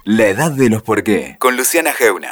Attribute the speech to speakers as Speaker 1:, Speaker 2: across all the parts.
Speaker 1: La edad de los por qué, con Luciana Geuna.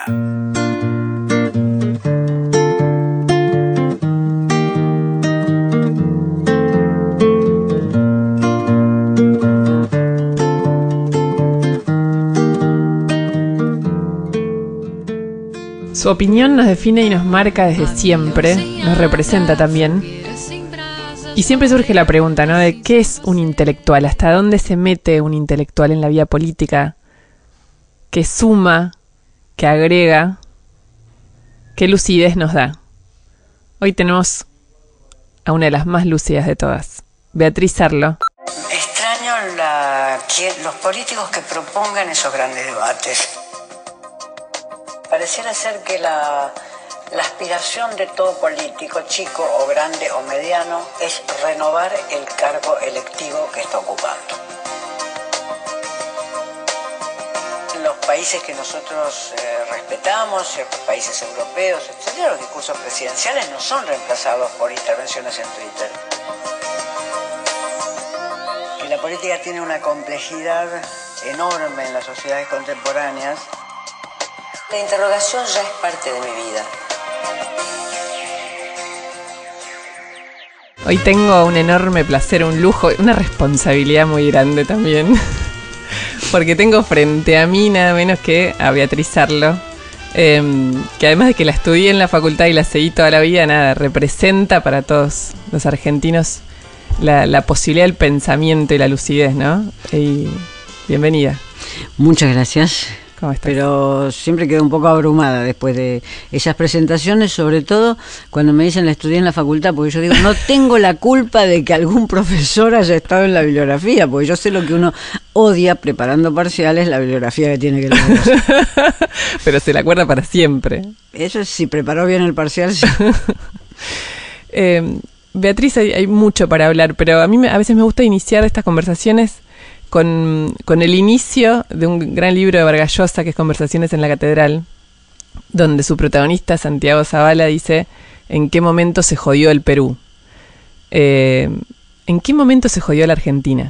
Speaker 2: Su opinión nos define y nos marca desde siempre, nos representa también. Y siempre surge la pregunta, ¿no? De qué es un intelectual, hasta dónde se mete un intelectual en la vida política, qué suma, qué agrega, qué lucidez nos da. Hoy tenemos a una de las más lúcidas de todas, Beatriz Arlo.
Speaker 3: Extraño los políticos que propongan esos grandes debates. Pareciera ser que la aspiración de todo político, chico o grande o mediano, es renovar el cargo electivo que está ocupando. Los países que nosotros respetamos, ciertos países europeos, etc., los discursos presidenciales no son reemplazados por intervenciones en Twitter. Y la política tiene una complejidad enorme en las sociedades contemporáneas. La interrogación ya es parte de mi vida.
Speaker 2: Hoy tengo un enorme placer, un lujo, una responsabilidad muy grande también, porque tengo frente a mí nada menos que a Beatriz Arlo, que además de que la estudié en la facultad y la seguí toda la vida, nada, representa para todos los argentinos la posibilidad del pensamiento y la lucidez, ¿no? Y bienvenida.
Speaker 4: Muchas gracias.
Speaker 2: ¿Cómo estás?
Speaker 4: Pero siempre quedo un poco abrumada después de esas presentaciones, sobre todo cuando me dicen la estudié en la facultad, porque yo digo, no tengo la culpa de que algún profesor haya estado en la bibliografía, porque yo sé lo que uno odia preparando parciales, la bibliografía que tiene que leer.
Speaker 2: Pero se la acuerda para siempre.
Speaker 4: Eso es, si preparó bien el parcial, sí.
Speaker 2: Beatriz, hay mucho para hablar, pero a mí a veces me gusta iniciar estas conversaciones con el inicio de un gran libro de Vargas Llosa, que es Conversaciones en la Catedral, donde su protagonista, Santiago Zavala, dice ¿en qué momento se jodió el Perú? ¿En qué momento se jodió la Argentina?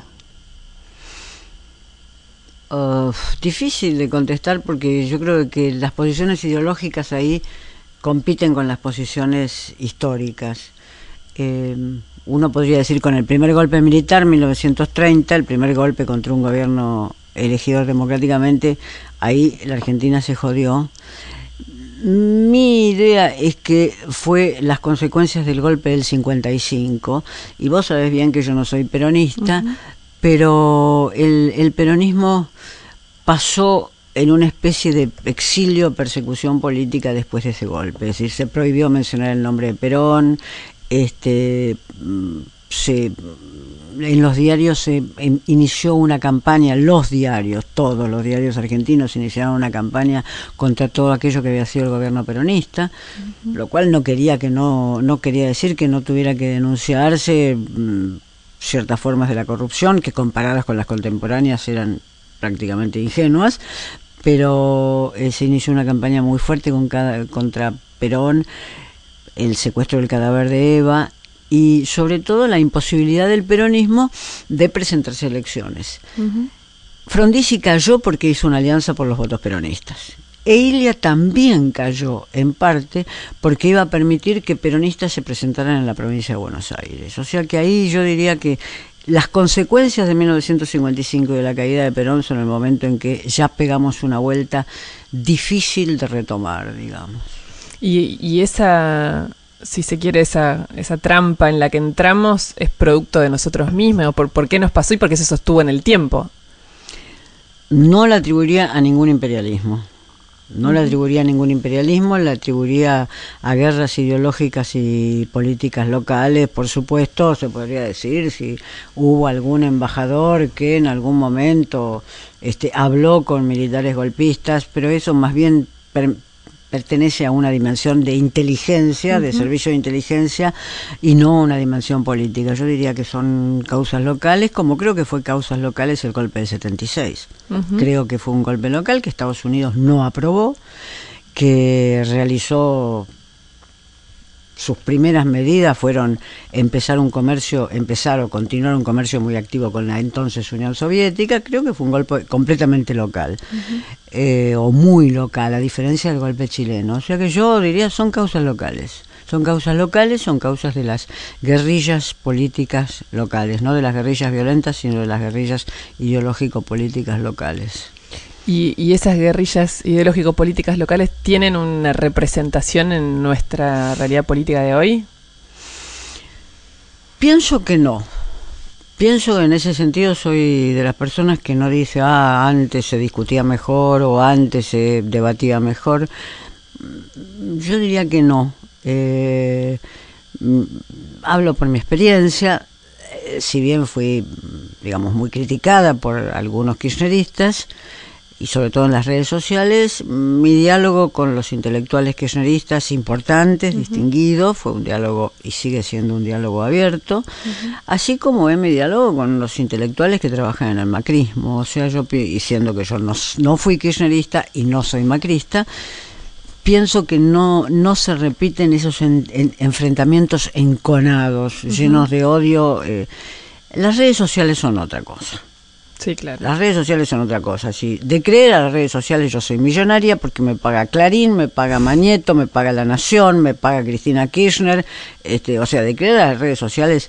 Speaker 4: Difícil de contestar, porque yo creo que las posiciones ideológicas ahí compiten con las posiciones históricas. Uno podría decir con el primer golpe militar, 1930, el primer golpe contra un gobierno elegido democráticamente, ahí la Argentina se jodió. Mi idea es que fue las consecuencias del golpe del 55, y vos sabés bien que yo no soy peronista, pero el peronismo pasó en una especie de exilio, persecución política después de ese golpe. Es decir, se prohibió mencionar el nombre de Perón. En los diarios se inició una campaña, todos los diarios argentinos iniciaron una campaña contra todo aquello que había sido el gobierno peronista, lo cual no quería decir que no tuviera que denunciarse ciertas formas de la corrupción, que comparadas con las contemporáneas eran prácticamente ingenuas, pero se inició una campaña muy fuerte contra Perón, el secuestro del cadáver de Eva y sobre todo la imposibilidad del peronismo de presentarse a elecciones. Frondizi cayó porque hizo una alianza por los votos peronistas. Ilia también cayó en parte porque iba a permitir que peronistas se presentaran en la provincia de Buenos Aires. O sea que ahí yo diría que las consecuencias de 1955 y de la caída de Perón son el momento en que ya pegamos una vuelta difícil de retomar, digamos.
Speaker 2: Y esa, si se quiere, esa trampa en la que entramos es producto de nosotros mismos, ¿por qué nos pasó y por qué se sostuvo en el tiempo?
Speaker 4: No la atribuiría a ningún imperialismo. La atribuiría a guerras ideológicas y políticas locales, por supuesto, se podría decir, si hubo algún embajador que en algún momento habló con militares golpistas, pero eso más bien pertenece a una dimensión de inteligencia, de servicio de inteligencia, y no una dimensión política. Yo diría que son causas locales, como creo que fue causas locales el golpe del 76. Creo que fue un golpe local que Estados Unidos no aprobó, que realizó sus primeras medidas fueron empezar o continuar un comercio muy activo con la entonces Unión Soviética. Creo que fue un golpe completamente local, o muy local, a diferencia del golpe chileno. O sea que yo diría son causas locales. Son causas de las guerrillas políticas locales, no de las guerrillas violentas, sino de las guerrillas ideológico-políticas locales.
Speaker 2: ¿Y esas guerrillas ideológico-políticas locales tienen una representación en nuestra realidad política de hoy?
Speaker 4: Pienso que no. Pienso que en ese sentido soy de las personas que no dice, antes se discutía mejor o antes se debatía mejor. Yo diría que no. Hablo por mi experiencia, si bien fui, digamos, muy criticada por algunos kirchneristas, y sobre todo en las redes sociales, mi diálogo con los intelectuales kirchneristas importantes, distinguidos, fue un diálogo y sigue siendo un diálogo abierto, así como es mi diálogo con los intelectuales que trabajan en el macrismo. O sea, yo, diciendo que yo no fui kirchnerista y no soy macrista, pienso que no se repiten esos enfrentamientos enconados, llenos de odio. Las redes sociales son otra cosa.
Speaker 2: Sí, claro.
Speaker 4: Las redes sociales son otra cosa. Sí. De creer a las redes sociales yo soy millonaria porque me paga Clarín, me paga Mañeto, me paga La Nación, me paga Cristina Kirchner. O sea, de creer a las redes sociales,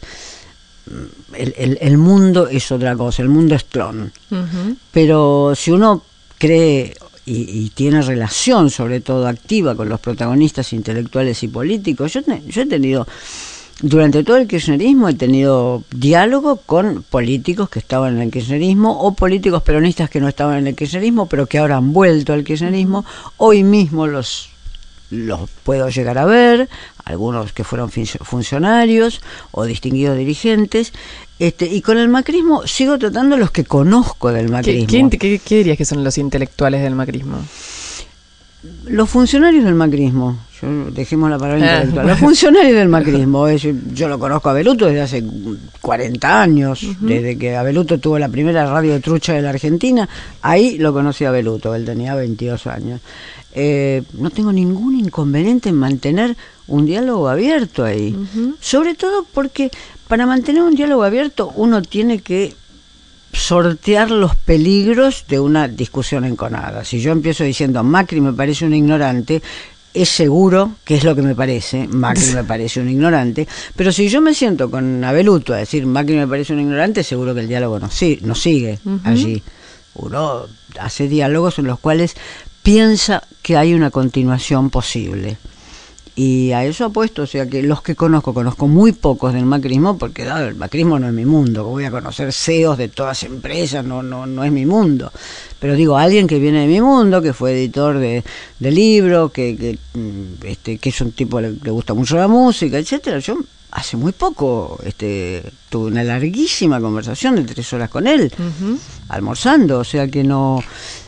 Speaker 4: el mundo es otra cosa, el mundo es Tron. Pero si uno cree y tiene relación, sobre todo activa, con los protagonistas intelectuales y políticos, yo he tenido... Durante todo el kirchnerismo he tenido diálogo con políticos que estaban en el kirchnerismo o políticos peronistas que no estaban en el kirchnerismo pero que ahora han vuelto al kirchnerismo. Hoy mismo los puedo llegar a ver, algunos que fueron funcionarios o distinguidos dirigentes, y con el macrismo sigo tratando los que conozco del macrismo.
Speaker 2: ¿Qué dirías que son los intelectuales del macrismo?
Speaker 4: Los funcionarios del macrismo, dejemos la palabra intelectual, los funcionarios del macrismo, yo lo conozco a Beluto desde hace 40 años, desde que Beluto tuvo la primera radio trucha de la Argentina, ahí lo conocí a Beluto, él tenía 22 años. No tengo ningún inconveniente en mantener un diálogo abierto ahí, sobre todo porque para mantener un diálogo abierto uno tiene que sortear los peligros de una discusión enconada. Si yo empiezo diciendo Macri me parece un ignorante, es seguro que es lo que me parece, Macri me parece un ignorante, pero si yo me siento con Abeluto a decir Macri me parece un ignorante, seguro que el diálogo no sigue allí. Uno hace diálogos en los cuales piensa que hay una continuación posible. Y a eso apuesto, o sea que los que conozco muy pocos del macrismo, porque el macrismo no es mi mundo, voy a conocer CEOs de todas empresas, no es mi mundo. Pero digo, alguien que viene de mi mundo, que fue editor de libros, que es un tipo que le gusta mucho la música, etcétera. Yo hace muy poco tuve una larguísima conversación de 3 horas con él, almorzando, o sea que no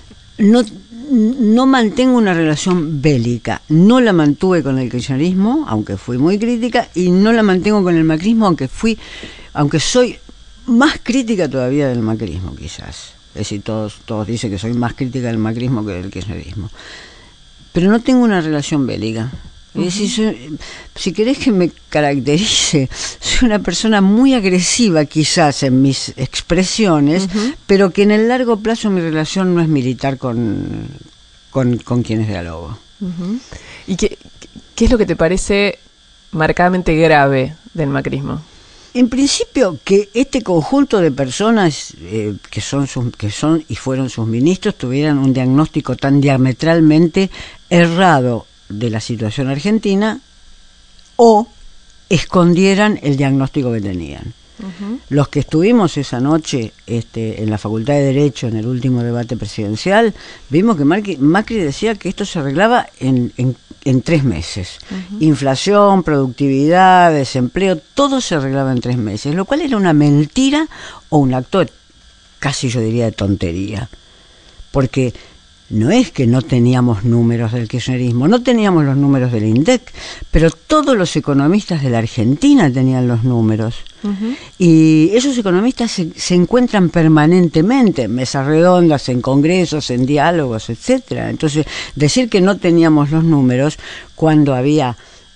Speaker 4: mantengo una relación bélica. No la mantuve con el kirchnerismo, aunque fui muy crítica, y no la mantengo con el macrismo, aunque soy más crítica todavía del macrismo, quizás. Es decir, todos dicen que soy más crítica del macrismo que del kirchnerismo. Pero no tengo una relación bélica. Es decir, si querés que me caracterice, soy una persona muy agresiva quizás en mis expresiones, pero que en el largo plazo mi relación no es militar con quienes dialogo.
Speaker 2: ¿Y qué es lo que te parece marcadamente grave del macrismo?
Speaker 4: En principio, que este conjunto de personas que son y fueron sus ministros tuvieran un diagnóstico tan diametralmente errado de la situación argentina o escondieran el diagnóstico que tenían. Los que estuvimos esa noche en la Facultad de Derecho en el último debate presidencial, vimos que Macri decía que esto se arreglaba en 3 meses. Inflación, productividad, desempleo, todo se arreglaba en 3 meses, lo cual era una mentira o un acto casi yo diría de tontería, porque no es que no teníamos números del kirchnerismo, no teníamos los números del INDEC, pero todos los economistas de la Argentina tenían los números. Y esos economistas se encuentran permanentemente en mesas redondas, en congresos, en diálogos, etcétera. Entonces, decir que no teníamos los números cuando había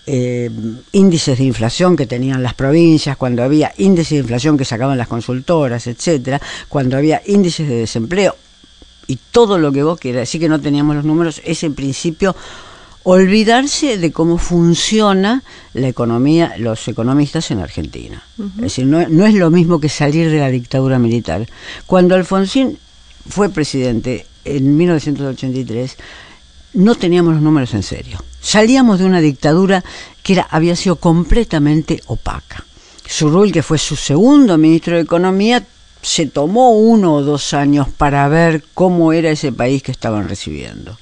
Speaker 4: índices de inflación que tenían las provincias, cuando había índices de inflación que sacaban las consultoras, etcétera, cuando había índices de desempleo y todo lo que vos quieras decir que no teníamos los números, es en principio olvidarse de cómo funciona la economía, los economistas en Argentina. Es decir, no es lo mismo que salir de la dictadura militar. Cuando Alfonsín fue presidente en 1983, no teníamos los números en serio. Salíamos de una dictadura que había sido completamente opaca. Surrul, que fue su segundo ministro de Economía, se tomó 1 o 2 años para ver cómo era ese país que estaban recibiendo.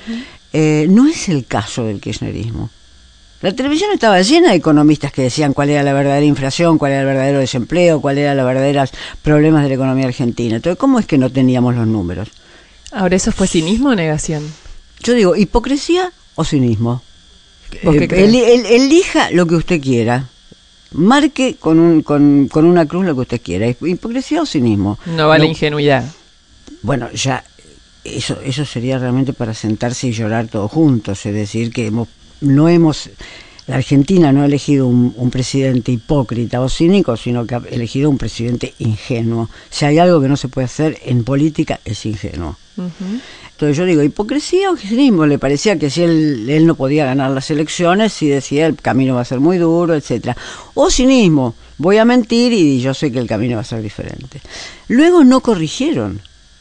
Speaker 4: No es el caso del kirchnerismo. La televisión estaba llena de economistas que decían cuál era la verdadera inflación, cuál era el verdadero desempleo, cuál eran los verdaderos problemas de la economía argentina. Entonces, ¿cómo es que no teníamos los números?
Speaker 2: Ahora, ¿eso fue cinismo o negación?
Speaker 4: Yo digo, ¿hipocresía o cinismo?
Speaker 2: ¿Vos qué crees?
Speaker 4: Elija lo que usted quiera. Marque con una cruz lo que usted quiera. ¿Hipocresía o cinismo?
Speaker 2: No vale ingenuidad.
Speaker 4: Bueno, ya eso sería realmente para sentarse y llorar todos juntos. Es decir, que la Argentina no ha elegido un presidente hipócrita o cínico, sino que ha elegido un presidente ingenuo. Si hay algo que no se puede hacer en política, es ingenuo. Entonces yo digo, hipocresía o cinismo. Le parecía que si él no podía ganar las elecciones, si decía el camino va a ser muy duro, etcétera. O cinismo, voy a mentir y yo sé que el camino va a ser diferente. Luego no corrigieron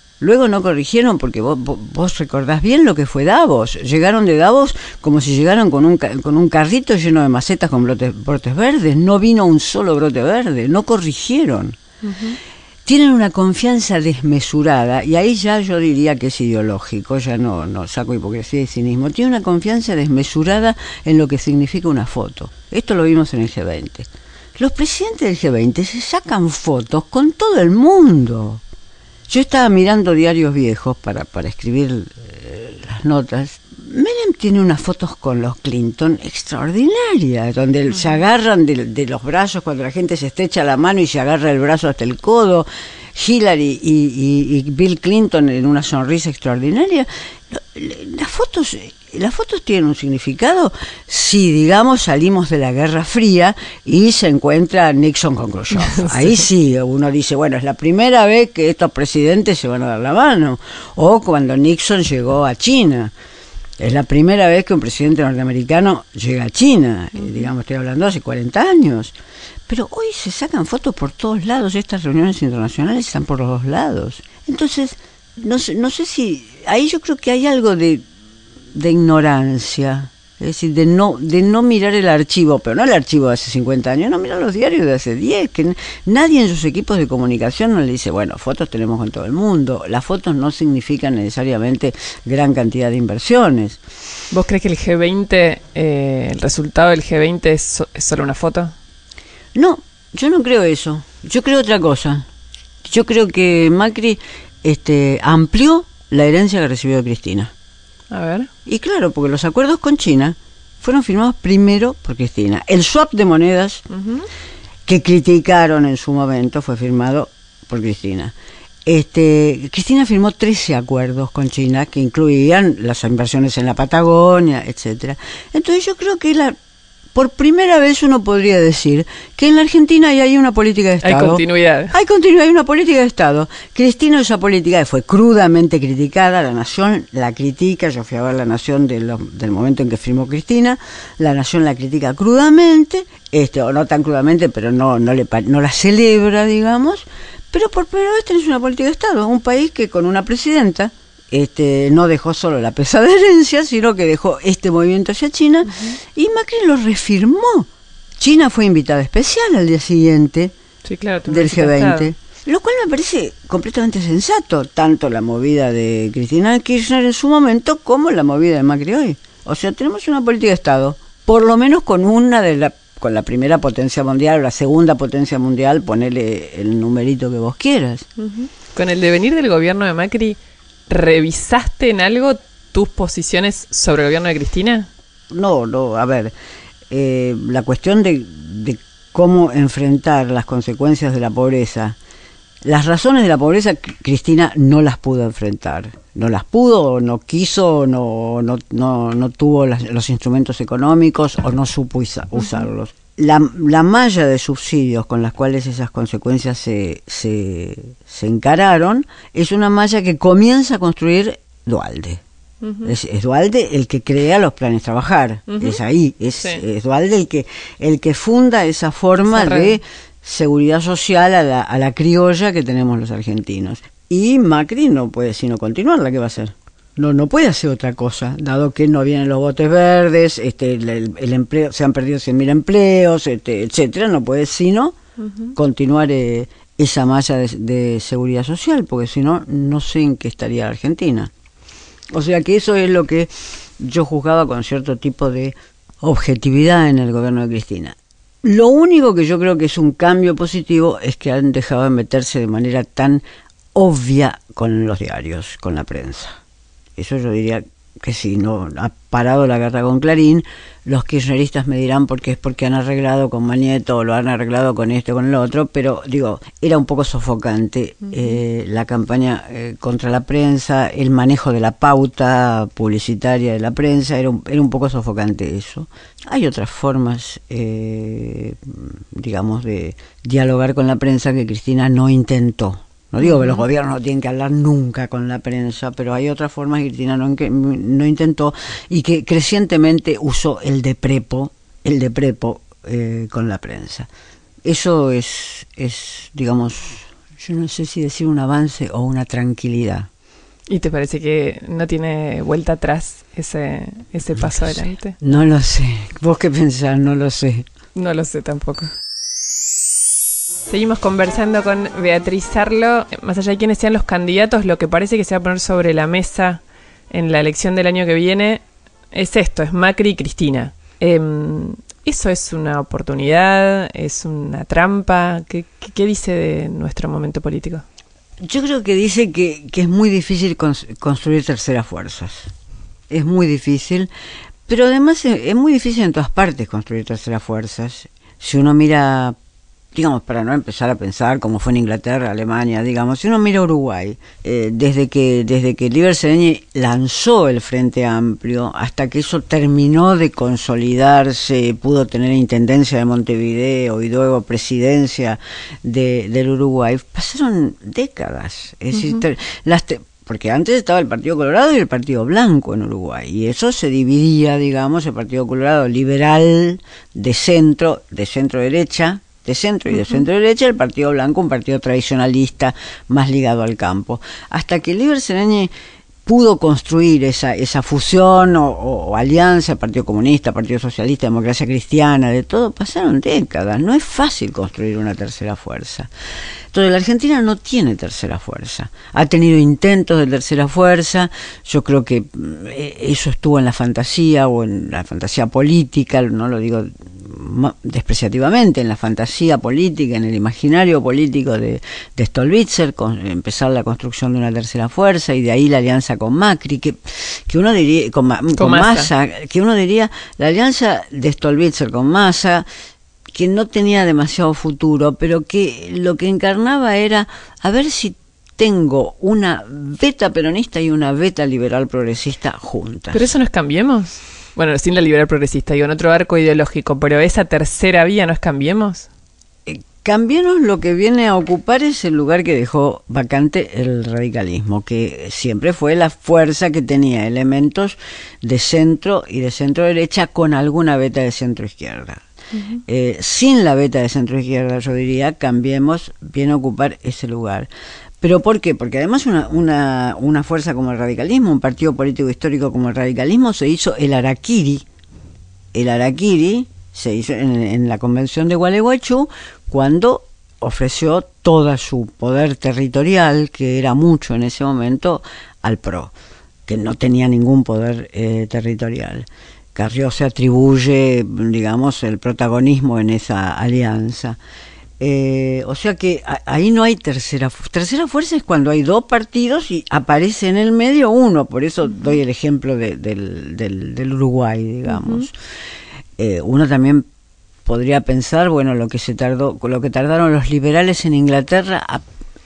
Speaker 4: porque vos recordás bien lo que fue Davos. Llegaron de Davos como si llegaran con un carrito lleno de macetas con brotes verdes. No vino un solo brote verde, no corrigieron. Tienen una confianza desmesurada, y ahí ya yo diría que es ideológico, ya no saco hipocresía y cinismo. Tiene una confianza desmesurada en lo que significa una foto. Esto lo vimos en el G20. Los presidentes del G20 se sacan fotos con todo el mundo. Yo estaba mirando diarios viejos para escribir las notas. Menem tiene unas fotos con los Clinton extraordinarias, donde se agarran de los brazos cuando la gente se estrecha la mano y se agarra el brazo hasta el codo. Hillary y Bill Clinton en una sonrisa extraordinaria. Las fotos tienen un significado si, digamos, salimos de la Guerra Fría y se encuentra Nixon con Khrushchev. Ahí sí, uno dice, bueno, es la primera vez que estos presidentes se van a dar la mano. O cuando Nixon llegó a China. Es la primera vez que un presidente norteamericano llega a China, digamos, estoy hablando hace 40 años. Pero hoy se sacan fotos por todos lados, estas reuniones internacionales están por los dos lados. Entonces, no sé si, ahí yo creo que hay algo de ignorancia, es decir, de no mirar el archivo, pero no el archivo de hace 50 años, no mirar los diarios de hace 10, que nadie en sus equipos de comunicación no le dice, bueno, fotos tenemos con todo el mundo, las fotos no significan necesariamente gran cantidad de inversiones.
Speaker 2: ¿Vos crees que el G20, el resultado del G20 es solo una foto?
Speaker 4: No, yo no creo eso, yo creo otra cosa. Yo creo que Macri amplió la herencia que recibió de Cristina.
Speaker 2: A ver.
Speaker 4: Y claro, porque los acuerdos con China fueron firmados primero por Cristina. El swap de monedas que criticaron en su momento fue firmado por Cristina. Cristina firmó 13 acuerdos con China que incluían las inversiones en la Patagonia, etcétera. Entonces yo creo que por primera vez uno podría decir que en la Argentina hay una política de Estado.
Speaker 2: Hay continuidad.
Speaker 4: Hay una política de Estado. Cristina, esa política fue crudamente criticada, la Nación la critica, yo fui a ver la Nación del momento en que firmó Cristina, la Nación la critica crudamente, o no tan crudamente, pero no la celebra, digamos, pero por primera vez tenés una política de Estado, un país que con una presidenta no dejó solo la pesada herencia, sino que dejó este movimiento hacia China, y Macri lo refirmó. China fue invitada especial al día siguiente del G20, lo cual me parece completamente sensato, tanto la movida de Cristina Kirchner en su momento como la movida de Macri hoy. O sea, tenemos una política de Estado, por lo menos con con la primera potencia mundial o la segunda potencia mundial, ponele el numerito que vos quieras.
Speaker 2: Con el devenir del gobierno de Macri, ¿revisaste en algo tus posiciones sobre el gobierno de Cristina? No, a ver, la cuestión de cómo enfrentar las consecuencias de la pobreza, las razones de la pobreza, Cristina no las pudo enfrentar.
Speaker 4: no las pudo, o no quiso, o no tuvo los instrumentos económicos, o no supo usarlos. La malla de subsidios con las cuales esas consecuencias se encararon es una malla que comienza a construir Duhalde. Es Duhalde el que crea los planes trabajar. Es ahí, es Duhalde el que funda esa forma de seguridad social a la criolla que tenemos los argentinos. Y Macri no puede sino continuarla. ¿Qué va a hacer? No puede hacer otra cosa, dado que no vienen los botes verdes, el empleo, se han perdido 100.000 empleos, etcétera. No puede sino continuar esa malla de seguridad social, porque si no, no sé en qué estaría la Argentina. O sea que eso es lo que yo juzgaba con cierto tipo de objetividad en el gobierno de Cristina. Lo único que yo creo que es un cambio positivo es que han dejado de meterse de manera tan obvia con los diarios, con la prensa. Eso yo diría que sí, no ha parado la guerra con Clarín. Los kirchneristas me dirán porque han arreglado con Manieto o lo han arreglado con este o con el otro, pero digo, era un poco sofocante la campaña contra la prensa, el manejo de la pauta publicitaria de la prensa, era un poco sofocante eso. Hay otras formas, digamos, de dialogar con la prensa que Cristina no intentó. No digo que los gobiernos no tienen que hablar nunca con la prensa, pero hay otras formas que Cristina no intentó y que crecientemente usó el de prepo con la prensa. Eso es, digamos, yo no sé si decir un avance o una tranquilidad.
Speaker 2: ¿Y te parece que no tiene vuelta atrás ese paso adelante?
Speaker 4: No lo sé. ¿Vos qué pensás? No lo sé.
Speaker 2: No lo sé tampoco. Seguimos conversando con Beatriz Sarlo. Más allá de quiénes sean los candidatos, lo que parece que se va a poner sobre la mesa en la elección del año que viene es esto, es Macri y Cristina. ¿Eso es una oportunidad? ¿Es una trampa? ¿Qué dice de nuestro momento político?
Speaker 4: Yo creo que dice que es muy difícil construir terceras fuerzas. Es muy difícil, pero además es muy difícil en todas partes construir terceras fuerzas. Si uno mira, digamos, para no empezar a pensar como fue en Inglaterra, Alemania, digamos, si uno mira Uruguay, desde que Líber Seregni lanzó el Frente Amplio hasta que eso terminó de consolidarse, pudo tener intendencia de Montevideo y luego presidencia del Uruguay, pasaron décadas. Es decir, porque antes estaba el Partido Colorado y el Partido Blanco en Uruguay, y eso se dividía, digamos, el Partido Colorado liberal de centro derecha, de centro y de centro derecha, el Partido Blanco, un partido tradicionalista más ligado al campo. Hasta que Líber Seregni pudo construir esa fusión o alianza, Partido Comunista, Partido Socialista, Democracia Cristiana, de todo, pasaron décadas. No es fácil construir una tercera fuerza. Entonces la Argentina no tiene tercera fuerza. Ha tenido intentos de tercera fuerza. Yo creo que eso estuvo en la fantasía o en la fantasía política, no lo digo despreciativamente, en la fantasía política, en el imaginario político de Stolbizer, empezar la construcción de una tercera fuerza y de ahí la alianza con Macri, que uno diría con Massa, que uno diría la alianza de Stolbizer con Massa, que no tenía demasiado futuro, pero que lo que encarnaba era a ver si tengo una beta peronista y una beta liberal progresista juntas.
Speaker 2: Pero eso no es Cambiemos. Bueno, sin la liberal progresista, digo, en otro arco ideológico, pero esa tercera vía no es Cambiemos.
Speaker 4: Cambiemos lo que viene a ocupar es el lugar que dejó vacante el radicalismo, que siempre fue la fuerza que tenía elementos de centro y de centro derecha con alguna beta de centro izquierda. Sin la beta de centro izquierda, yo diría, Cambiemos viene a ocupar ese lugar. ¿Pero por qué? Porque además una fuerza como el radicalismo, un partido político histórico como el radicalismo, se hizo el harakiri. El harakiri se hizo en la convención de Gualeguaychú cuando ofreció todo su poder territorial, que era mucho en ese momento, al PRO, que no tenía ningún poder territorial. Carrió se atribuye, digamos, el protagonismo en esa alianza. O sea que ahí no hay tercera fuerza, es cuando hay dos partidos y aparece en el medio uno. Por eso doy el ejemplo del Uruguay, digamos. Uno también podría pensar, bueno, lo que tardaron los liberales en Inglaterra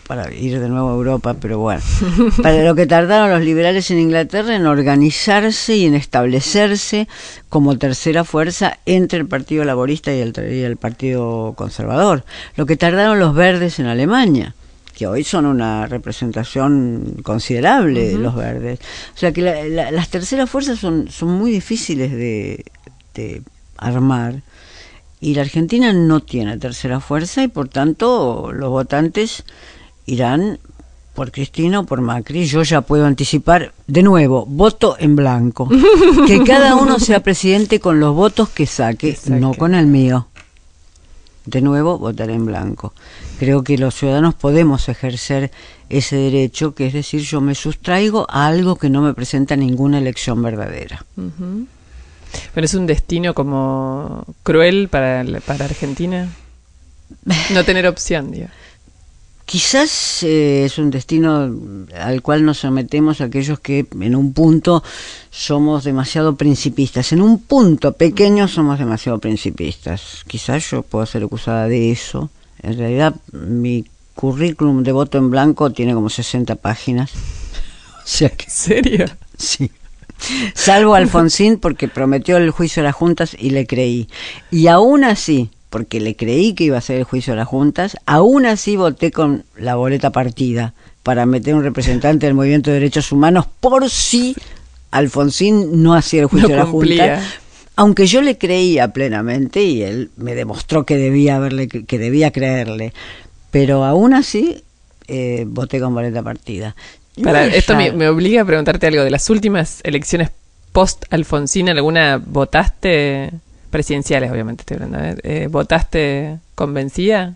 Speaker 4: para ir de nuevo a Europa, pero bueno, para lo que tardaron los liberales en Inglaterra en organizarse y en establecerse como tercera fuerza entre el Partido Laborista y el Partido Conservador, lo que tardaron los verdes en Alemania, que hoy son una representación considerable de los verdes. O sea que las terceras fuerzas son muy difíciles de armar, y la Argentina no tiene tercera fuerza, y por tanto los votantes irán por Cristina o por Macri. Yo ya puedo anticipar, de nuevo, voto en blanco. Que cada uno sea presidente con los votos que saque, no con el mío. De nuevo, votaré en blanco. Creo que los ciudadanos podemos ejercer ese derecho, que es decir, yo me sustraigo a algo que no me presenta ninguna elección verdadera.
Speaker 2: Pero es un destino como cruel para Argentina no tener opción, digo.
Speaker 4: Quizás es un destino al cual nos sometemos aquellos que en un punto somos demasiado principistas. En un punto pequeño somos demasiado principistas. Quizás yo puedo ser acusada de eso. En realidad mi currículum de voto en blanco tiene como 60 páginas. O sea que,
Speaker 2: ¿en serio?
Speaker 4: Sí. Salvo Alfonsín, porque prometió el juicio de las juntas y le creí. Y aún así, porque le creí que iba a ser el juicio de las juntas, aún así voté con la boleta partida para meter un representante del movimiento de derechos humanos por si Alfonsín no hacía el juicio de las juntas, aunque yo le creía plenamente y él me demostró que debía creerle, pero aún así voté con boleta partida.
Speaker 2: Esto me obliga a preguntarte algo. De las últimas elecciones post-Alfonsín, ¿alguna votaste? Presidenciales, obviamente estoy hablando. ¿Votaste convencida?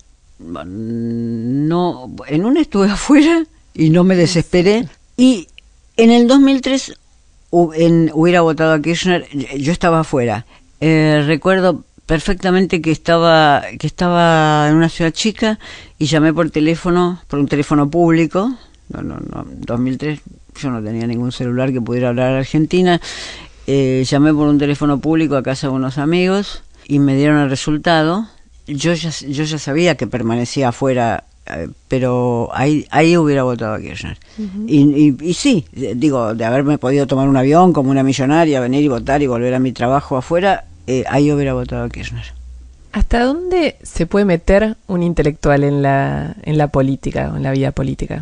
Speaker 4: No, en una estuve afuera y no me desesperé. Y en el 2003 hubiera votado a Kirchner, yo estaba afuera. Recuerdo perfectamente que estaba en una ciudad chica y llamé por un teléfono público. No, 2003 yo no tenía ningún celular que pudiera hablar a Argentina. Llamé por un teléfono público a casa de unos amigos y me dieron el resultado. Yo ya sabía que permanecía afuera, pero ahí hubiera votado a Kirchner. Y sí, digo, de haberme podido tomar un avión como una millonaria, venir y votar y volver a mi trabajo afuera, ahí hubiera votado a Kirchner.
Speaker 2: ¿Hasta dónde se puede meter un intelectual en la política, en la vida política?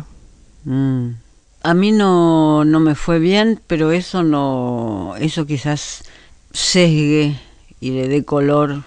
Speaker 4: A mí no me fue bien, pero eso quizás sesgue y le dé color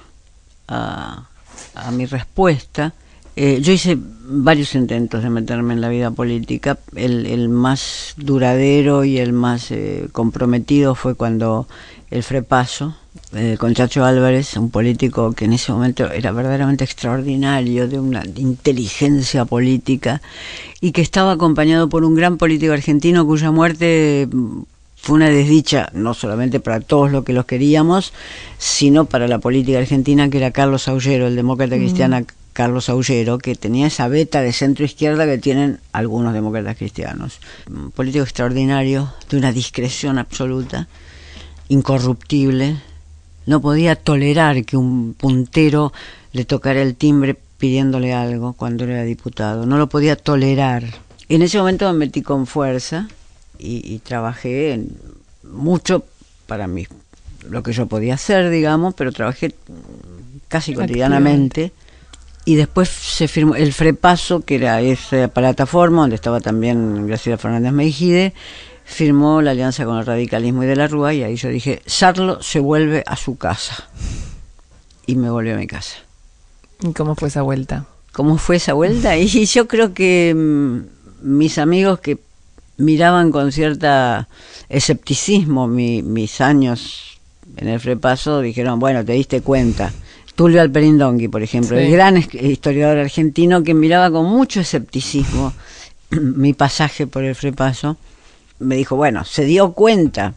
Speaker 4: a mi respuesta. Yo hice varios intentos de meterme en la vida política. El más duradero y el más comprometido fue cuando el Frepaso, con Chacho Álvarez, un político que en ese momento era verdaderamente extraordinario, de una inteligencia política, y que estaba acompañado por un gran político argentino cuya muerte fue una desdicha, no solamente para todos los que los queríamos, sino para la política argentina, que era Carlos Aullero, el demócrata cristiano Carlos Aullero, que tenía esa beta de centro izquierda que tienen algunos demócratas cristianos. Un político extraordinario, de una discreción absoluta, incorruptible. No podía tolerar que un puntero le tocara el timbre pidiéndole algo cuando era diputado. No lo podía tolerar. En ese momento me metí con fuerza y trabajé mucho para mí, lo que yo podía hacer, digamos, pero trabajé casi cotidianamente. Y después se firmó el Frepaso, que era esa plataforma donde estaba también Graciela Fernández Meijide, firmó la alianza con el radicalismo y de la Rúa, y ahí yo dije, Sarlo se vuelve a su casa. Y me volvió a mi casa.
Speaker 2: ¿Y cómo fue esa vuelta?
Speaker 4: ¿Cómo fue esa vuelta? Y yo creo que mis amigos que miraban con cierta escepticismo mis años en el Frepaso dijeron, bueno, te diste cuenta. Tulio Alperindongui, por ejemplo, sí, el gran historiador argentino que miraba con mucho escepticismo mi pasaje por el Frepaso, me dijo, bueno, se dio cuenta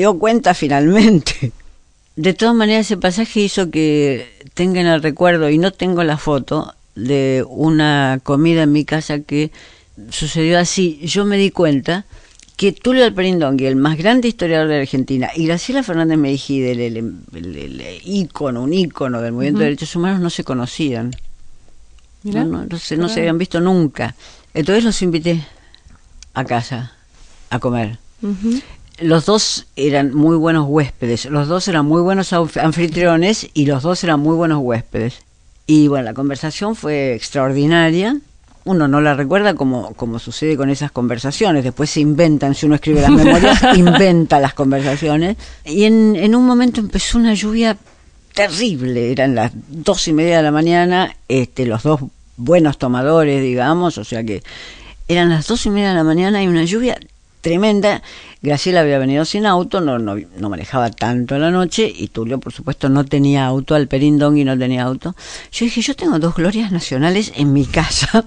Speaker 4: finalmente. De todas maneras, ese pasaje hizo que tengan el recuerdo, y no tengo la foto, de una comida en mi casa que sucedió así. Yo me di cuenta que Tulio Alperindongui, el más grande historiador de la Argentina, y Graciela Fernández Meijide, un ícono del movimiento de derechos humanos, no se conocían. No se habían visto nunca. Entonces los invité a casa a comer.
Speaker 2: Ujú.
Speaker 4: Los dos eran muy buenos huéspedes, los dos eran muy buenos anfitriones y los dos eran muy buenos huéspedes. Y bueno, la conversación fue extraordinaria. Uno no la recuerda como sucede con esas conversaciones. Después se inventan, si uno escribe las memorias, inventa las conversaciones. Y en un momento empezó una lluvia terrible. Eran las 2:30 de la mañana, los dos buenos tomadores, digamos, o sea que eran las 2:30 de la mañana y una lluvia tremenda. Graciela había venido sin auto, no manejaba tanto a la noche, y Tulio, por supuesto, no tenía auto, Alperín Dongui no tenía auto. Yo dije, yo tengo dos glorias nacionales en mi casa.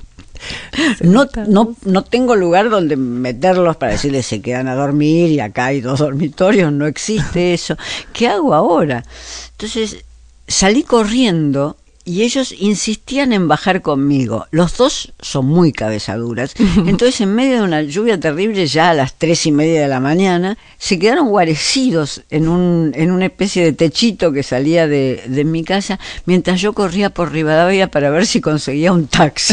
Speaker 4: No tengo lugar donde meterlos para decirles se quedan a dormir y acá hay 2 dormitorios, no existe eso. ¿Qué hago ahora? Entonces salí corriendo y ellos insistían en bajar conmigo. Los dos son muy cabezaduras. Entonces, en medio de una lluvia terrible, ya a las 3:30 de la mañana, se quedaron guarecidos en una especie de techito que salía de mi casa, mientras yo corría por Rivadavia para ver si conseguía un taxi.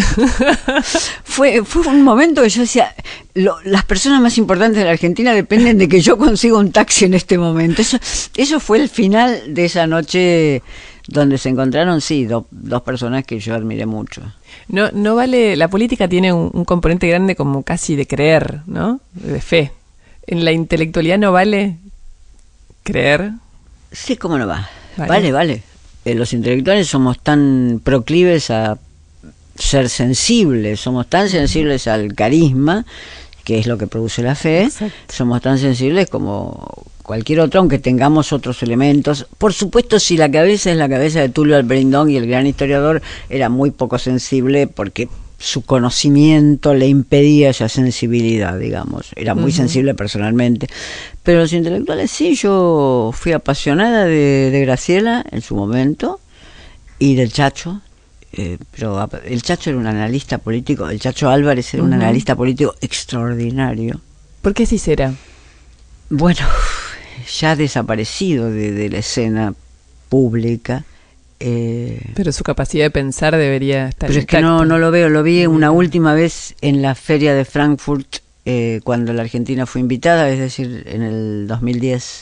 Speaker 4: Fue un momento que yo decía, las personas más importantes de la Argentina dependen de que yo consiga un taxi en este momento. Eso fue el final de esa noche, donde se encontraron, sí, dos personas que yo admiré mucho.
Speaker 2: No vale, la política tiene un componente grande como casi de creer, ¿no? De fe. En la intelectualidad no vale creer.
Speaker 4: Sí, ¿cómo no va? Vale. Los intelectuales somos tan proclives a ser sensibles, somos tan sensibles al carisma, que es lo que produce la fe. Exacto. Somos tan sensibles como cualquier otro, aunque tengamos otros elementos. Por supuesto, si la cabeza es la cabeza de Tulio Alperín Dongui, el gran historiador, era muy poco sensible porque su conocimiento le impedía esa sensibilidad, digamos. Era muy sensible personalmente. Pero los intelectuales sí, yo fui apasionada de Graciela en su momento y del Chacho. Pero el Chacho era un analista político, el Chacho Álvarez era un analista político extraordinario.
Speaker 2: ¿Por qué sí será?
Speaker 4: Bueno, ya desaparecido de la escena pública.
Speaker 2: Pero su capacidad de pensar debería estar
Speaker 4: pero
Speaker 2: intacta.
Speaker 4: Es que no lo veo, lo vi una última vez en la feria de Frankfurt, cuando la Argentina fue invitada, es decir, en el 2010.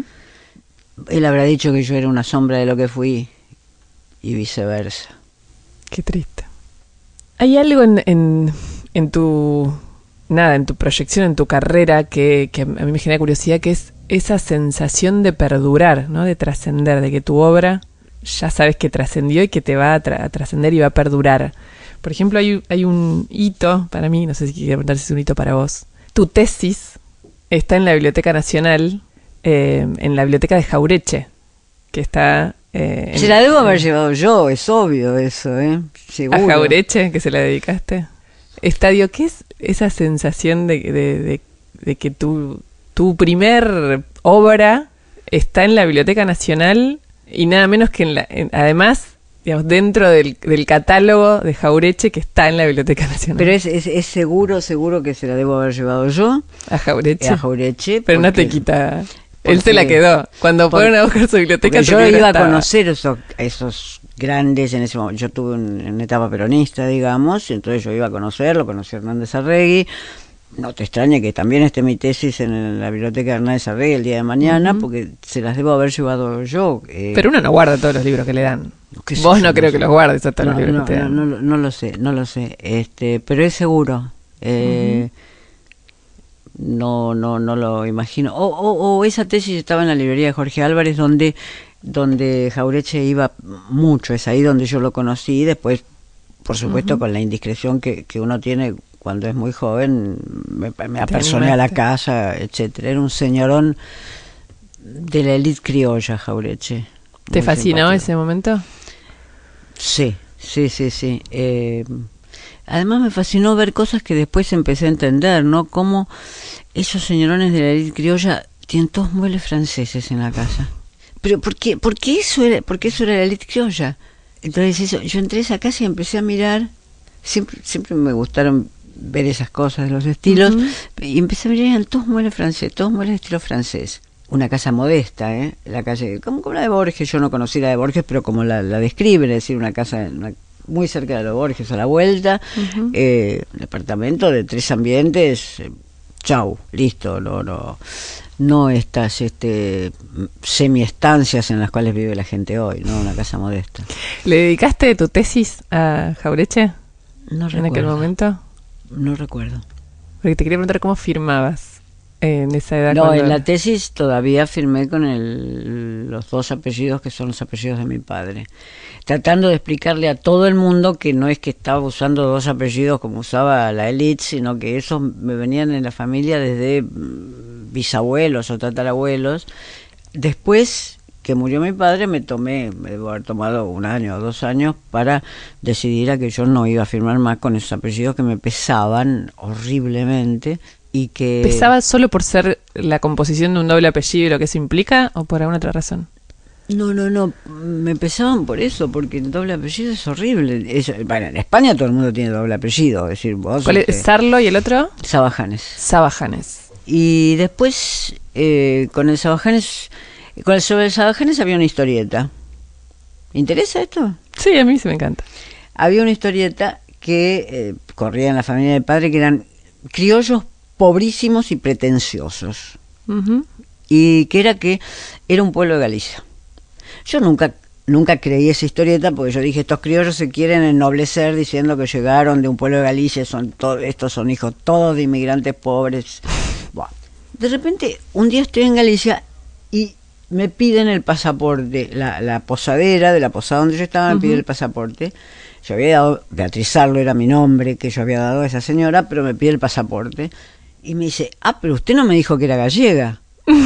Speaker 4: Él habrá dicho que yo era una sombra de lo que fui y viceversa.
Speaker 2: Qué triste. ¿Hay algo en tu proyección, en tu carrera, que a mí me genera curiosidad, que es esa sensación de perdurar, ¿no? De trascender, de que tu obra ya sabes que trascendió y que te va a trascender y va a perdurar? Por ejemplo, hay un hito para mí, no sé si quiero preguntar si es un hito para vos. Tu tesis está en la Biblioteca Nacional, en la biblioteca de Jauretche, que está...
Speaker 4: se la debo haber llevado yo, es obvio eso, seguro.
Speaker 2: ¿A Jauretche, que se la dedicaste? Estadio, ¿qué es esa sensación de que tu primer obra está en la Biblioteca Nacional y nada menos que además, digamos, dentro del catálogo de Jauretche, que está en la Biblioteca Nacional?
Speaker 4: Pero es seguro que se la debo haber llevado yo
Speaker 2: a Jauretche. Pero no te quita... Él se la quedó. Cuando fueron a buscar su biblioteca,
Speaker 4: yo iba a conocer esos grandes en ese momento. Yo tuve una etapa peronista, digamos, entonces yo iba a conocerlo, conocí a Hernández Arregui. No te extrañe que también esté mi tesis en la biblioteca de Hernández Arregui el día de mañana, porque se las debo haber llevado yo.
Speaker 2: Pero uno no guarda todos los libros que le dan. Vos no creo que los guardes todos los libros que te dan.
Speaker 4: No lo sé. Pero es seguro. No lo imagino. O esa tesis estaba en la librería de Jorge Álvarez, donde Jauretche iba mucho. Es ahí donde yo lo conocí. Después, por supuesto, con la indiscreción que uno tiene cuando es muy joven, me apersoné a la casa, etcétera. Era un señorón de la élite criolla, Jauretche.
Speaker 2: ¿Te fascinó ese momento?
Speaker 4: Sí. Además me fascinó ver cosas que después empecé a entender, ¿no? Cómo esos señorones de la élite criolla tienen todos muebles franceses en la casa. Pero ¿por qué eso era la élite criolla? Entonces yo entré a esa casa y empecé a mirar. Siempre me gustaron ver esas cosas de los estilos. Y empecé a mirar, eran todos muebles franceses, todos muebles de estilo francés. Una casa modesta, la calle, como la de Borges. Yo no conocí la de Borges, pero como la describen, es decir, una casa muy cerca de los Borges, a la vuelta, departamento de 3 ambientes, chau, listo, no estas semiestancias en las cuales vive la gente hoy, no una casa modesta.
Speaker 2: ¿Le dedicaste tu tesis a Jauretche
Speaker 4: No
Speaker 2: en
Speaker 4: recuerdo.
Speaker 2: aquel momento?
Speaker 4: No recuerdo.
Speaker 2: Porque te quería preguntar cómo firmabas en esa edad.
Speaker 4: No,
Speaker 2: cuando-
Speaker 4: en la tesis todavía firmé con los 2 apellidos que son los apellidos de mi padre, tratando de explicarle a todo el mundo que no es que estaba usando 2 apellidos como usaba la élite, sino que esos me venían en la familia desde bisabuelos o tatarabuelos. Después que murió mi padre me debo haber tomado 1 año o 2 años para decidir a que yo no iba a firmar más con esos apellidos que me pesaban horriblemente y que...
Speaker 2: ¿Pesaba solo por ser la composición de un doble apellido y lo que eso implica o por alguna otra razón?
Speaker 4: No, me pesaban por eso, porque el doble apellido es horrible. Bueno, en España todo el mundo tiene doble apellido, es decir, vos...
Speaker 2: ¿Cuál es? ¿Sarlo y el otro?
Speaker 4: Sabajanes.
Speaker 2: Sabajanes.
Speaker 4: Y después, con el Sabajanes, sobre el Sabajanes había una historieta. ¿Interesa esto?
Speaker 2: Sí, a mí sí me encanta.
Speaker 4: Había una historieta que corría en la familia del padre, que eran criollos pobrísimos y pretenciosos.
Speaker 2: Ujú.
Speaker 4: Y que era un pueblo de Galicia. Yo nunca creí esa historieta porque yo dije, estos criollos se quieren ennoblecer diciendo que llegaron de un pueblo de Galicia, estos son hijos todos de inmigrantes pobres. Buah. De repente, un día estoy en Galicia y me piden el pasaporte, la posadera de la posada donde yo estaba me pide el pasaporte. Yo había dado, Beatriz Sarlo era mi nombre que yo había dado a esa señora, pero me pide el pasaporte y me dice, pero usted no me dijo que era gallega.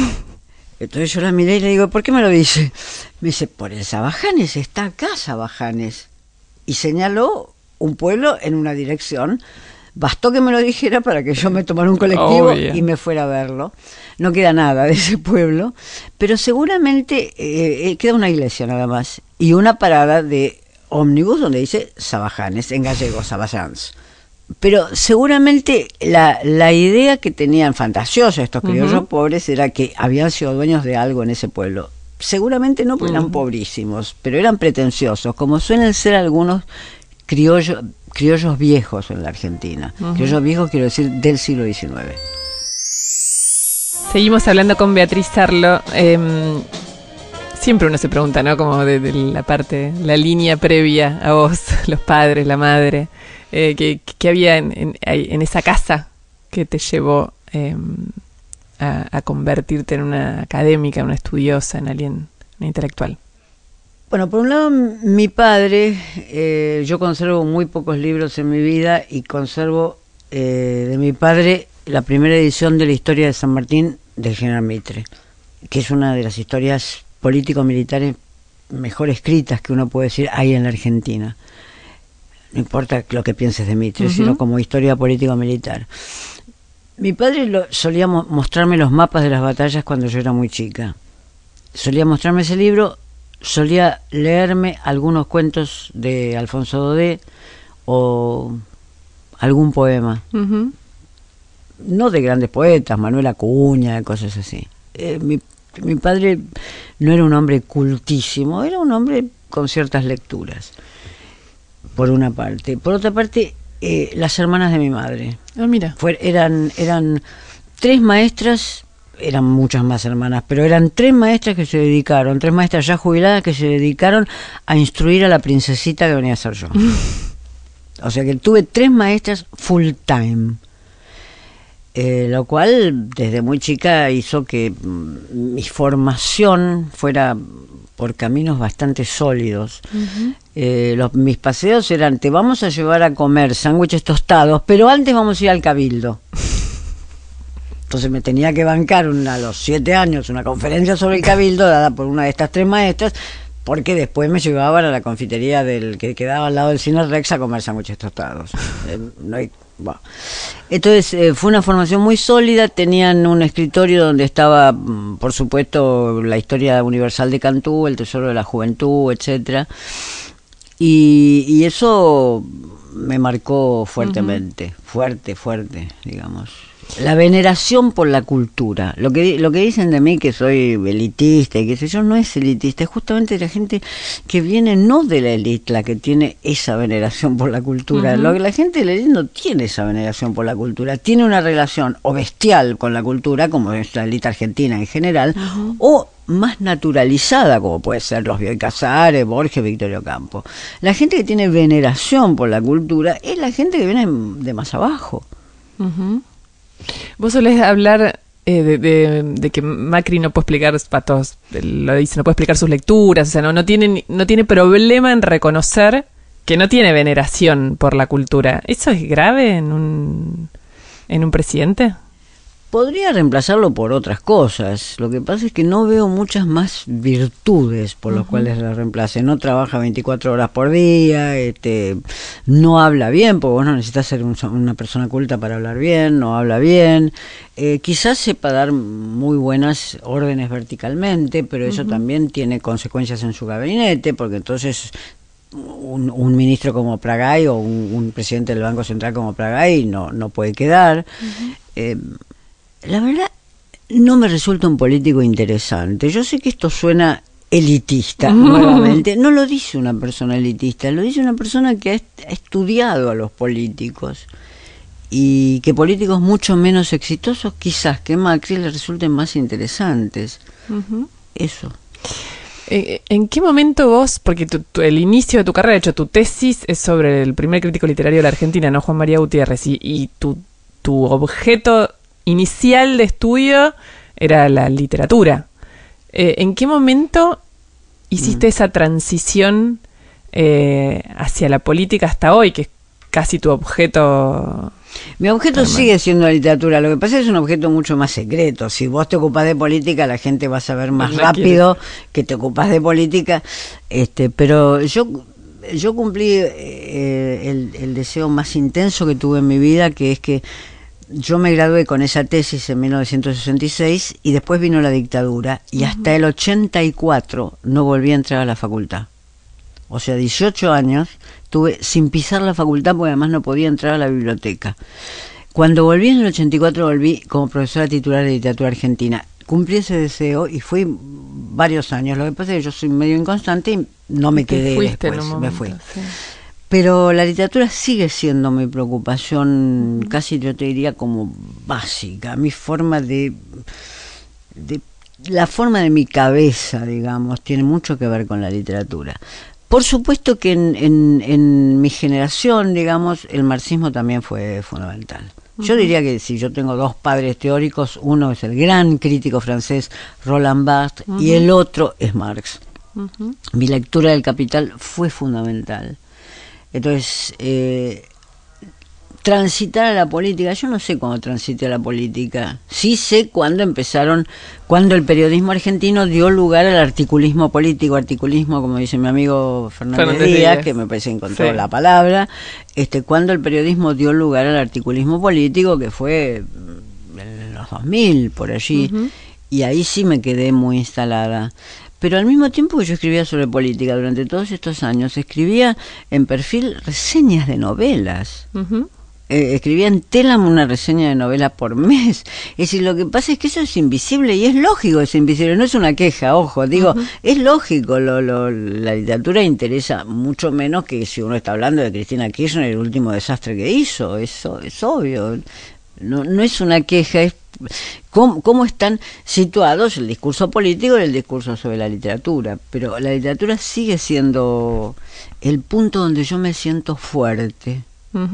Speaker 4: Entonces yo la miré y le digo, ¿por qué me lo dice? Me dice, por el Sabajanes, está acá Sabajanes. Y señaló un pueblo en una dirección. Bastó que me lo dijera para que yo me tomara un colectivo
Speaker 2: Obvio.
Speaker 4: y me fuera a verlo. No queda nada de ese pueblo, pero seguramente queda una iglesia nada más y una parada de ómnibus donde dice Sabajanes, en gallego, Sabajans. Pero seguramente la idea que tenían fantasiosa estos criollos pobres era que habían sido dueños de algo en ese pueblo. Seguramente no, porque eran pobrísimos, pero eran pretenciosos, como suelen ser algunos criollos viejos en la Argentina. Criollos viejos quiero decir del siglo XIX.
Speaker 2: Seguimos hablando con Beatriz Sarlo. Siempre uno se pregunta, ¿no? Como de la parte, la línea previa a vos, los padres, la madre. ¿Qué había en esa casa que te llevó a convertirte en una académica, una estudiosa, en alguien, una intelectual?
Speaker 4: Bueno, por un lado, mi padre, yo conservo muy pocos libros en mi vida y conservo de mi padre la primera edición de la historia de San Martín del general Mitre, que es una de las historias político-militares mejor escritas que uno puede decir hay en la Argentina. No importa lo que pienses de Mitre, sino como historia político-militar. Mi padre solía mostrarme los mapas de las batallas cuando yo era muy chica. Solía mostrarme ese libro, solía leerme algunos cuentos de Alfonso Daudet o algún poema. No de grandes poetas, Manuel Acuña, cosas así. Mi padre no era un hombre cultísimo, era un hombre con ciertas lecturas, por una parte. Por otra parte, las hermanas de mi madre.
Speaker 2: Ah, mira.
Speaker 4: Eran 3 maestras, eran muchas más hermanas, pero eran 3 maestras que se dedicaron, 3 maestras ya jubiladas que se dedicaron a instruir a la princesita que venía a ser yo. O sea que tuve 3 maestras full time. Lo cual desde muy chica hizo que mi formación fuera por caminos bastante sólidos. Mis paseos eran, te vamos a llevar a comer sándwiches tostados, pero antes vamos a ir al Cabildo. Entonces me tenía que bancar a los 7 años una conferencia sobre el Cabildo dada por una de estas 3 maestras, porque después me llevaban a la confitería que quedaba al lado del Cine Rex a comer sándwiches tostados. Entonces fue una formación muy sólida. Tenían un escritorio donde estaba, por supuesto, la historia universal de Cantú, el tesoro de la juventud, etcétera, y eso me marcó fuertemente, fuerte, digamos. La veneración por la cultura. Lo que dicen de mí que soy elitista y qué sé yo, no es elitista, es justamente la gente que viene no de la élite la que tiene esa veneración por la cultura.
Speaker 2: Uh-huh.
Speaker 4: Lo que la gente de la élite no tiene esa veneración por la cultura, tiene una relación o bestial con la cultura, como es la élite argentina en general, uh-huh, o más naturalizada, como puede ser los Bioy Casares, Borges, Victorio Campo. La gente que tiene veneración por la cultura es la gente que viene de más abajo.
Speaker 2: Uh-huh. Vos solés hablar de que Macri no puede explicar, Patos lo dice, no puede explicar sus lecturas, o sea, no tiene problema en reconocer que no tiene veneración por la cultura. ¿Eso es grave en un presidente?
Speaker 4: Podría reemplazarlo por otras cosas. Lo que pasa es que no veo muchas más virtudes por las cuales la reemplace. No trabaja 24 horas por día, no habla bien, porque vos no necesitas ser una persona culta para hablar bien, no habla bien. Quizás sepa dar muy buenas órdenes verticalmente, pero eso también tiene consecuencias en su gabinete, porque entonces un ministro como Praday o un presidente del Banco Central como Praday no puede quedar. La verdad, no me resulta un político interesante. Yo sé que esto suena elitista, nuevamente. No lo dice una persona elitista, lo dice una persona que ha estudiado a los políticos. Y que políticos mucho menos exitosos, quizás que Macri, le resulten más interesantes. Eso.
Speaker 2: ¿En qué momento vos, porque el inicio de tu carrera, de hecho tu tesis es sobre el primer crítico literario de la Argentina, ¿no? Juan María Gutiérrez, y tu objeto inicial de estudio era la literatura. ¿En qué momento hiciste esa transición hacia la política hasta hoy, que es casi tu objeto?
Speaker 4: Mi objeto sigue siendo la literatura. Lo que pasa es que es un objeto mucho más secreto. Si vos te ocupás de política, la gente va a saber más rápido que te ocupás de política. Pero yo cumplí el deseo más intenso que tuve en mi vida, que es que yo me gradué con esa tesis en 1966 y después vino la dictadura y hasta el 84 no volví a entrar a la facultad. O sea, 18 años tuve sin pisar la facultad porque además no podía entrar a la biblioteca. Cuando volví en el 84 volví como profesora titular de literatura argentina. Cumplí ese deseo y fui varios años. Lo que pasa es que yo soy medio inconstante y no me quedé después, me fui. Sí. Pero la literatura sigue siendo mi preocupación, casi yo te diría como básica, mi forma la forma de mi cabeza, digamos, tiene mucho que ver con la literatura. Por supuesto que en mi generación, digamos, el marxismo también fue fundamental. Yo diría que si yo tengo dos padres teóricos, uno es el gran crítico francés Roland Barthes y el otro es Marx. Mi lectura del Capital fue fundamental. Entonces, transitar a la política, yo no sé cuándo transité a la política, sí sé cuándo cuando el periodismo argentino dio lugar al articulismo político, como dice mi amigo Fernández Díaz, que me parece que encontró la palabra, cuando el periodismo dio lugar al articulismo político, que fue en los 2000, por allí, y ahí sí me quedé muy instalada. Pero al mismo tiempo que yo escribía sobre política durante todos estos años, escribía en Perfil reseñas de novelas. Escribía en Telam una reseña de novela por mes. Es decir, lo que pasa es que eso es invisible y es lógico, es invisible, no es una queja, ojo, digo, es lógico, la literatura interesa mucho menos que si uno está hablando de Cristina Kirchner, el último desastre que hizo, eso es obvio. No es una queja, es cómo están situados el discurso político y el discurso sobre la literatura. Pero la literatura sigue siendo el punto donde yo me siento fuerte.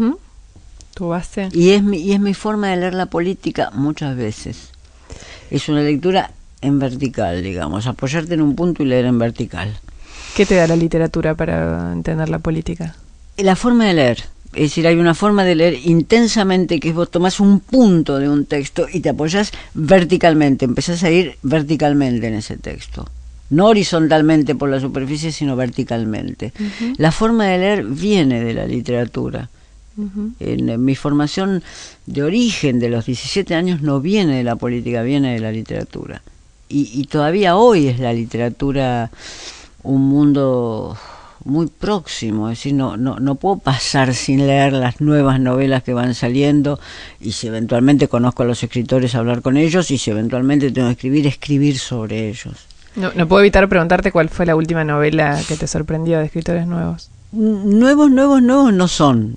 Speaker 2: Tu base.
Speaker 4: Y es mi forma de leer la política muchas veces. Es una lectura en vertical, digamos, apoyarte en un punto y leer en vertical.
Speaker 2: ¿Qué te da la literatura para entender la política?
Speaker 4: La forma de leer. Es decir, hay una forma de leer intensamente que es vos tomás un punto de un texto y te apoyás verticalmente, empezás a ir verticalmente en ese texto. No horizontalmente por la superficie, sino verticalmente. La forma de leer viene de la literatura. En mi formación de origen de los 17 años no viene de la política, viene de la literatura. Y todavía hoy es la literatura un mundo muy próximo, es decir, no puedo pasar sin leer las nuevas novelas que van saliendo, y si eventualmente conozco a los escritores, hablar con ellos, y si eventualmente tengo que escribir sobre ellos.
Speaker 2: No puedo evitar preguntarte cuál fue la última novela que te sorprendió de escritores nuevos.
Speaker 4: Nuevos no son.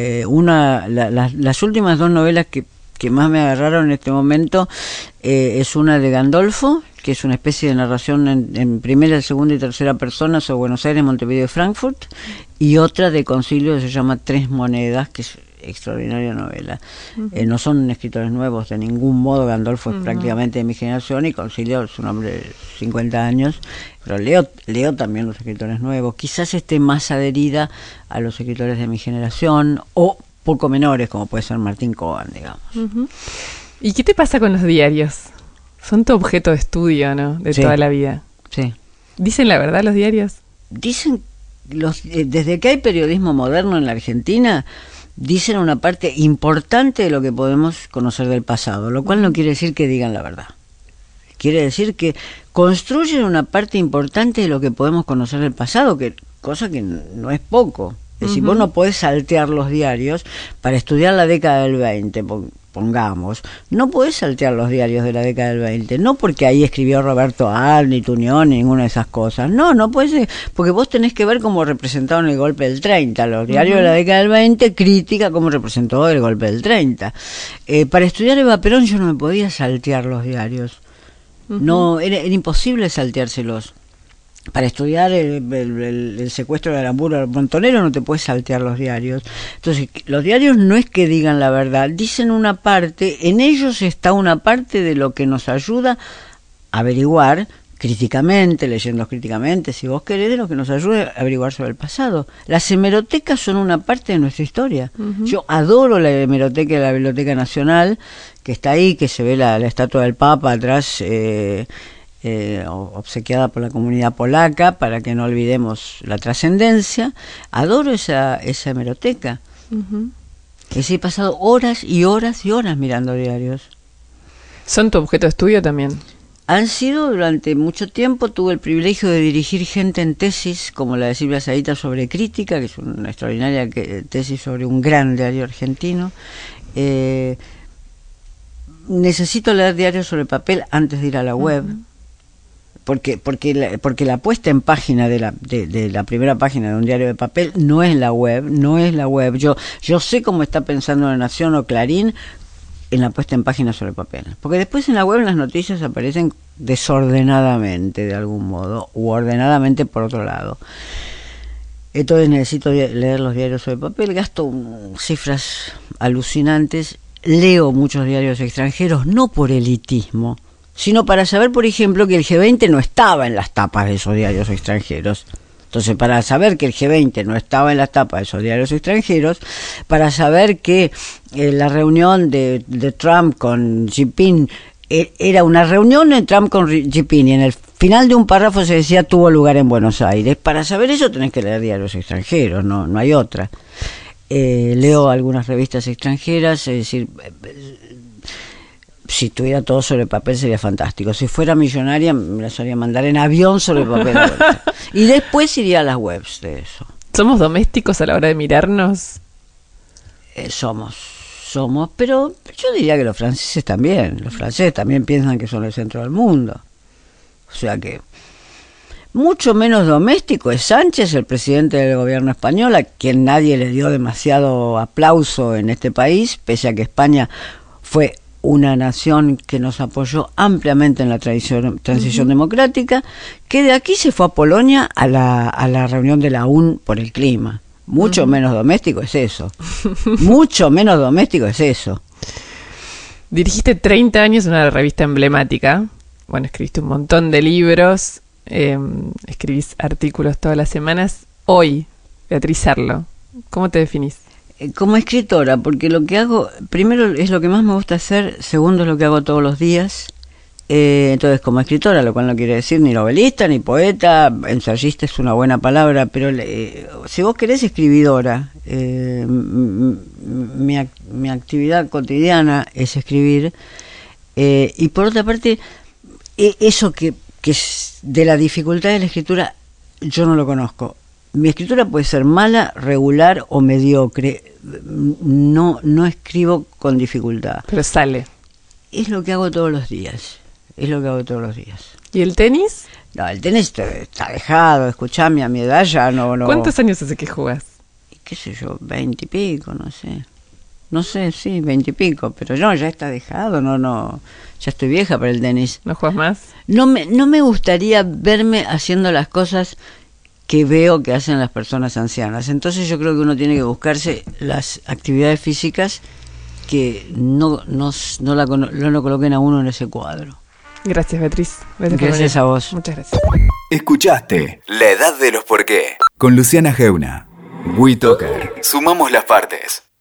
Speaker 4: Las últimas dos novelas que más me agarraron en este momento es una de Gandolfo, que es una especie de narración en primera, segunda y tercera persona sobre Buenos Aires, Montevideo y Frankfurt, y otra de Concilio que se llama Tres Monedas, que es extraordinaria novela. No son escritores nuevos de ningún modo. Gandolfo es prácticamente de mi generación y Concilio es un hombre de 50 años, pero leo también los escritores nuevos. Quizás esté más adherida a los escritores de mi generación o poco menores, como puede ser Martín Coban, digamos.
Speaker 2: ¿Y qué te pasa con los diarios? Son tu objeto de estudio, ¿no? De toda la vida.
Speaker 4: Sí.
Speaker 2: ¿Dicen la verdad los diarios?
Speaker 4: Dicen, desde que hay periodismo moderno en la Argentina, dicen una parte importante de lo que podemos conocer del pasado, lo cual no quiere decir que digan la verdad. Quiere decir que construyen una parte importante de lo que podemos conocer del pasado, cosa que no es poco. Es decir, vos no podés saltear los diarios para estudiar la década del 20, pongamos. No podés saltear los diarios de la década del 20, no porque ahí escribió Roberto Al, ni Tunión, ni ninguna de esas cosas. No podés, porque vos tenés que ver cómo representaron el golpe del 30. Los diarios de la década del 20 critica cómo representó el golpe del 30. Para estudiar Eva Perón yo no me podía saltear los diarios. No, era imposible salteárselos. Para estudiar el secuestro de Aramburu al Montonero no te puedes saltear los diarios. Entonces, los diarios no es que digan la verdad, dicen una parte, en ellos está una parte de lo que nos ayuda a averiguar críticamente, leyendo críticamente, si vos querés, de lo que nos ayuda a averiguar sobre el pasado. Las hemerotecas son una parte de nuestra historia. Yo adoro la hemeroteca de la Biblioteca Nacional, que está ahí, que se ve la estatua del Papa atrás, obsequiada por la comunidad polaca, para que no olvidemos la trascendencia. Adoro esa hemeroteca. Es decir, he pasado horas y horas y horas mirando diarios.
Speaker 2: ¿Son tu objeto de estudio también?
Speaker 4: Han sido durante mucho tiempo. Tuve el privilegio de dirigir gente en tesis, como la de Silvia Zahita sobre crítica, que es una extraordinaria tesis sobre un gran diario argentino. Necesito leer diarios sobre papel antes de ir a la web. Porque la puesta en página de la primera página de un diario de papel no es la web. Yo sé cómo está pensando La Nación o Clarín en la puesta en página sobre papel, porque después en la web las noticias aparecen desordenadamente de algún modo, u ordenadamente por otro lado. Entonces necesito leer los diarios sobre papel, gasto cifras alucinantes, leo muchos diarios extranjeros, no por elitismo, sino para saber, por ejemplo, que el G20 no estaba en las tapas de esos diarios extranjeros. Entonces, para saber que el G20 no estaba en las tapas de esos diarios extranjeros, para saber que la reunión de Trump con Jinping era una reunión de Trump con Jinping, y en el final de un párrafo se decía tuvo lugar en Buenos Aires. Para saber eso tenés que leer diarios extranjeros, no hay otra. Leo algunas revistas extranjeras, es decir, si tuviera todo sobre papel sería fantástico. Si fuera millonaria me las haría mandar en avión sobre papel. Y después iría a las webs de eso.
Speaker 2: ¿Somos domésticos a la hora de mirarnos?
Speaker 4: Somos, pero yo diría que los franceses también. Los franceses también piensan que son el centro del mundo. O sea que mucho menos doméstico es Sánchez, el presidente del gobierno español, a quien nadie le dio demasiado aplauso en este país, pese a que España fue una nación que nos apoyó ampliamente en la transición democrática, que de aquí se fue a Polonia a la reunión de la ONU por el clima. Mucho menos doméstico es eso. Mucho menos doméstico es eso.
Speaker 2: Dirigiste 30 años en una revista emblemática. Bueno, escribiste un montón de libros, escribís artículos todas las semanas. Hoy, Beatriz Arlo, ¿cómo te definís?
Speaker 4: Como escritora, porque lo que hago, primero es lo que más me gusta hacer, segundo es lo que hago todos los días. Entonces, como escritora, lo cual no quiere decir ni novelista, ni poeta, ensayista es una buena palabra, pero si vos querés, escribidora. Mi actividad cotidiana es escribir. Y por otra parte, eso que es de la dificultad de la escritura, yo no lo conozco. Mi escritura puede ser mala, regular o mediocre. No escribo con dificultad.
Speaker 2: Pero sale.
Speaker 4: Es lo que hago todos los días.
Speaker 2: ¿Y el tenis?
Speaker 4: No, el tenis está dejado. Escuchame, a mi edad ya no.
Speaker 2: ¿Cuántos años hace que jugás?
Speaker 4: Qué sé yo, 20 y pico, no sé. No sé, sí, 20 y pico. Pero no, ya está dejado, no. Ya estoy vieja para el tenis.
Speaker 2: ¿No juegas más?
Speaker 4: No me gustaría verme haciendo las cosas que veo que hacen las personas ancianas. Entonces yo creo que uno tiene que buscarse las actividades físicas que no lo coloquen a uno en ese cuadro.
Speaker 2: Gracias, Beatriz.
Speaker 4: Gracias a vos.
Speaker 2: Muchas gracias.
Speaker 1: Escuchaste La Edad de los Por qué con Luciana Geuna. WeToker. Sumamos las partes.